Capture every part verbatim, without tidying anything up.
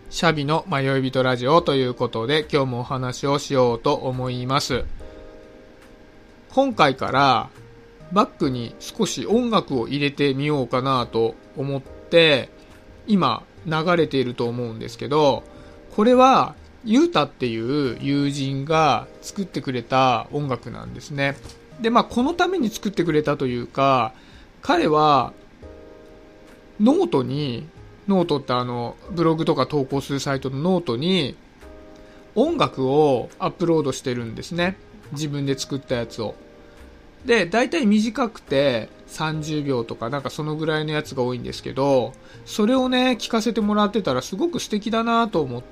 シャビの迷い人ラジオということで今日もお話をしようと思います。今回からバックに少し音楽を入れてみようかなと思って今流れていると思うんですけど、これはユータっていう友人が作ってくれた音楽なんですね。で、まあこのために作ってくれたというか、彼はノートにノートってあのブログとか投稿するサイトのノートに音楽をアップロードしてるんですね。自分で作ったやつを。で、だいたい短くてさんじゅうびょうとかなんかそのぐらいのやつが多いんですけど、それをね聞かせてもらってたらすごく素敵だなと思って、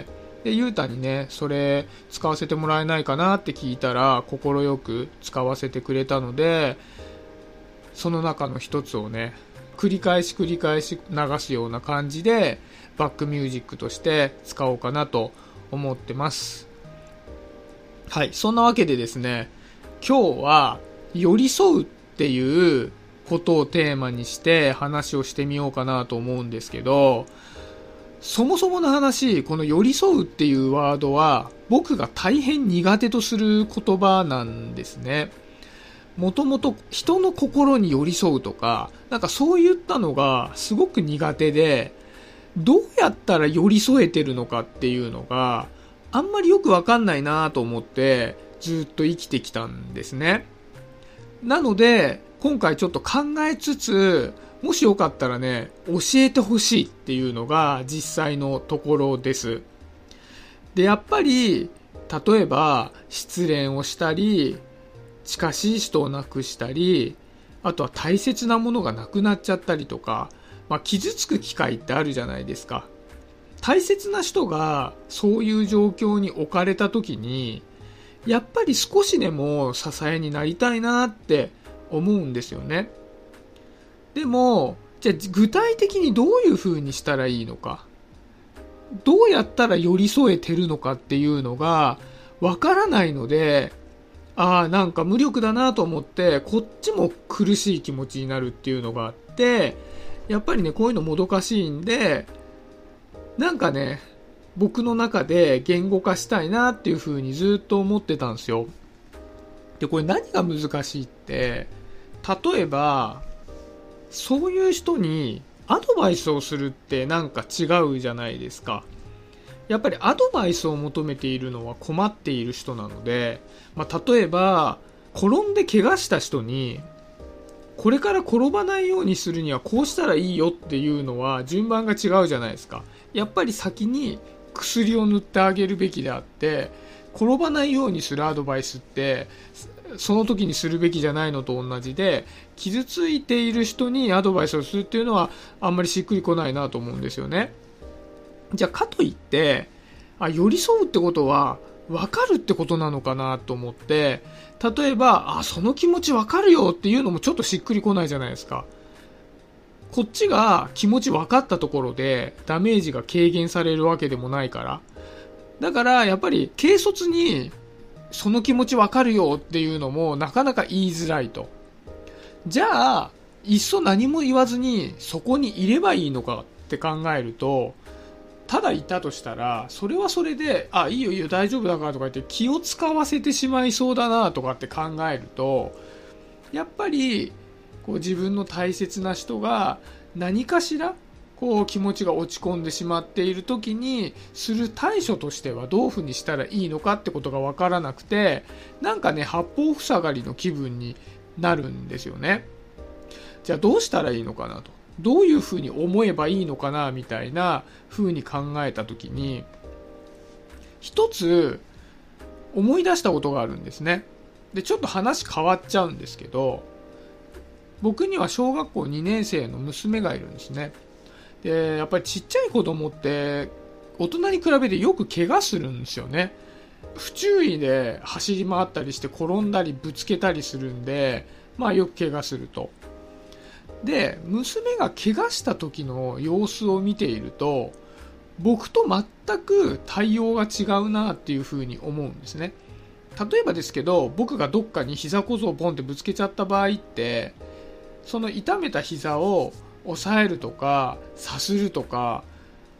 でゆうたにねそれ使わせてもらえないかなって聞いたら快く使わせてくれたので、その中の一つをね繰り返し繰り返し流すような感じでバックミュージックとして使おうかなと思ってます。はい、そんなわけでですね、今日は寄り添うっていうことをテーマにして話をしてみようかなと思うんですけど、そもそもの話、この寄り添うっていうワードは僕が大変苦手とする言葉なんですね。もともと人の心に寄り添うとか、なんかそういったのがすごく苦手で、どうやったら寄り添えてるのかっていうのがあんまりよくわかんないなと思ってずっと生きてきたんですね。なので今回ちょっと考えつつ、もしよかったらね教えてほしいっていうのが実際のところです。で、やっぱり例えば失恋をしたり、近しい人を亡くしたり、あとは大切なものがなくなっちゃったりとか、まあ、傷つく機会ってあるじゃないですか。大切な人がそういう状況に置かれた時に、やっぱり少しでも支えになりたいなって思うんですよね。でもじゃあ具体的にどういう風にしたらいいのか、どうやったら寄り添えてるのかっていうのがわからないので、ああなんか無力だなと思ってこっちも苦しい気持ちになるっていうのがあって、やっぱりねこういうのもどかしいんで、なんかね僕の中で言語化したいなっていう風にずっと思ってたんですよ。で、これ何が難しいって、例えばそういう人にアドバイスをするってなんか違うじゃないですか。やっぱりアドバイスを求めているのは困っている人なので、まあ、例えば転んで怪我した人にこれから転ばないようにするにはこうしたらいいよっていうのは順番が違うじゃないですか。やっぱり先に薬を塗ってあげるべきであって、転ばないようにするアドバイスってその時にするべきじゃないのと同じで、傷ついている人にアドバイスをするっていうのはあんまりしっくりこないなと思うんですよね。じゃあかといってあ寄り添うってことは分かるってことなのかなと思って、例えばあその気持ち分かるよっていうのもちょっとしっくりこないじゃないですか。こっちが気持ち分かったところでダメージが軽減されるわけでもないから。だからやっぱり軽率にその気持ち分かるよっていうのもなかなか言いづらいと。じゃあいっそ何も言わずにそこにいればいいのかって考えると、ただいたとしたらそれはそれであいいよいいよ大丈夫だからとか言って気を使わせてしまいそうだなとかって考えると、やっぱりこう自分の大切な人が何かしらこう気持ちが落ち込んでしまっている時にする対処としてはどういうふうにしたらいいのかってことが分からなくて、なんかね八方塞がりの気分になるんですよね。じゃあどうしたらいいのかなと、どういうふうに思えばいいのかなみたいなふうに考えた時に、一つ思い出したことがあるんですね。でちょっと話変わっちゃうんですけど、僕には小学校にねん生の娘がいるんですね。でやっぱりちっちゃい子供って大人に比べてよく怪我するんですよね。不注意で走り回ったりして転んだりぶつけたりするんで、まあよく怪我すると。で娘が怪我した時の様子を見ていると、僕と全く対応が違うなっていうふうに思うんですね。例えばですけど、僕がどっかに膝小僧をポンってぶつけちゃった場合って、その痛めた膝を押さえるとかさするとか、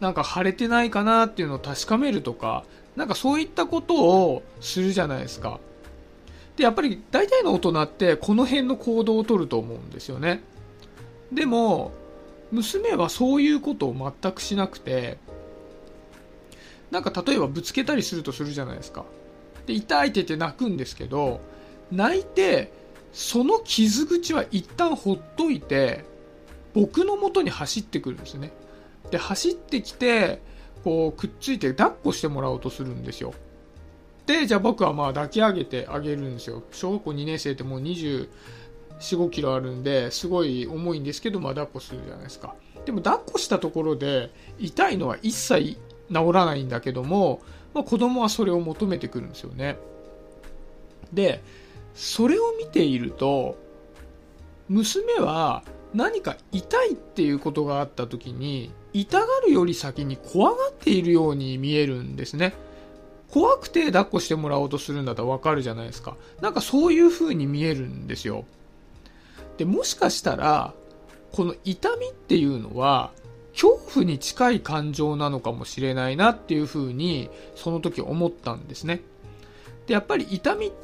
なんか腫れてないかなっていうのを確かめるとか、なんかそういったことをするじゃないですか。で、やっぱり大体の大人ってこの辺の行動を取ると思うんですよね。でも、娘はそういうことを全くしなくて、なんか例えばぶつけたりするとするじゃないですか。で、痛いって言って泣くんですけど、泣いて、その傷口は一旦ほっといて、僕の元に走ってくるんですね。で、走ってきて、こうくっついて抱っこしてもらおうとするんですよ。で、じゃあ僕はまあ抱き上げてあげるんですよ。小学校にねん生ってもうにじゅうよん、ごキロあるんで、すごい重いんですけど、まあ抱っこするじゃないですか。でも抱っこしたところで、痛いのは一切治らないんだけども、まあ、子供はそれを求めてくるんですよね。で、それを見ていると、娘は何か痛いっていうことがあった時に、痛がるより先に怖がっているように見えるんですね。怖くて抱っこしてもらおうとするんだったらわかるじゃないですか。なんかそういう風に見えるんですよ。で、もしかしたら、この痛みっていうのは、恐怖に近い感情なのかもしれないなっていう風に、その時思ったんですね。で、やっぱり痛みって、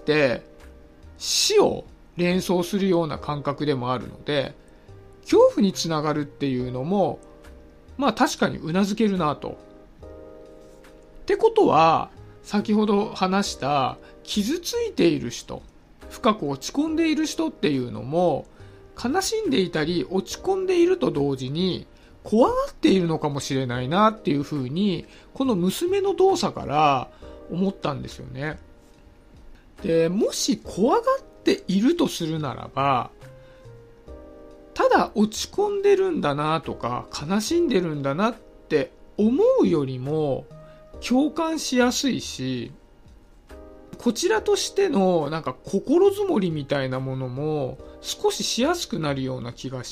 死を連想するような感覚でもあるので、恐怖につながるっていうのも、まあ確かにうなずけるなと。ってことは、先ほど話した傷ついている人、深く落ち込んでいる人っていうのも、悲しんでいたり落ち込んでいると同時に怖がっているのかもしれないなっていうふうに、この娘の動作から思ったんですよね。で、もし怖がっているとするならば、ただ落ち込んでるんだなとか悲しんでるんだなって思うよりも共感しやすいし、こちらとしてのなんか心づもりみたいなものも少ししやすくなるような気がして、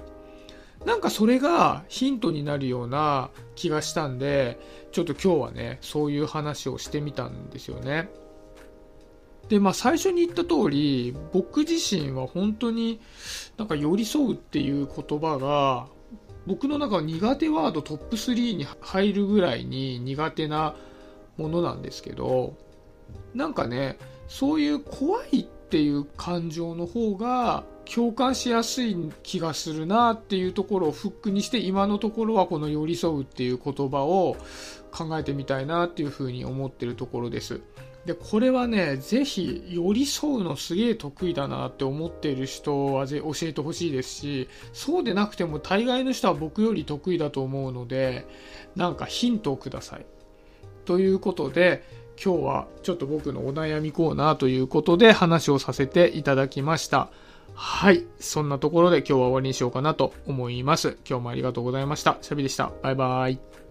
なんかそれがヒントになるような気がしたんで、ちょっと今日はね、そういう話をしてみたんですよね。で、まあ最初に言った通り、僕自身は本当になんか寄り添うっていう言葉が、僕の中の苦手ワードトップスリーに入るぐらいに苦手なものなんですけど、なんかね、そういう怖いっていう感情の方が共感しやすい気がするなっていうところをフックにして、今のところはこの寄り添うっていう言葉を考えてみたいなっていうふうに思ってるところです。で、これはね、ぜひ寄り添うのすげえ得意だなって思っている人はぜ教えてほしいですし、そうでなくても大概の人は僕より得意だと思うので、なんかヒントをください。ということで、今日はちょっと僕のお悩みコーナーということで話をさせていただきました。はい。そんなところで今日は終わりにしようかなと思います。今日もありがとうございました。シャビでした。バイバイ。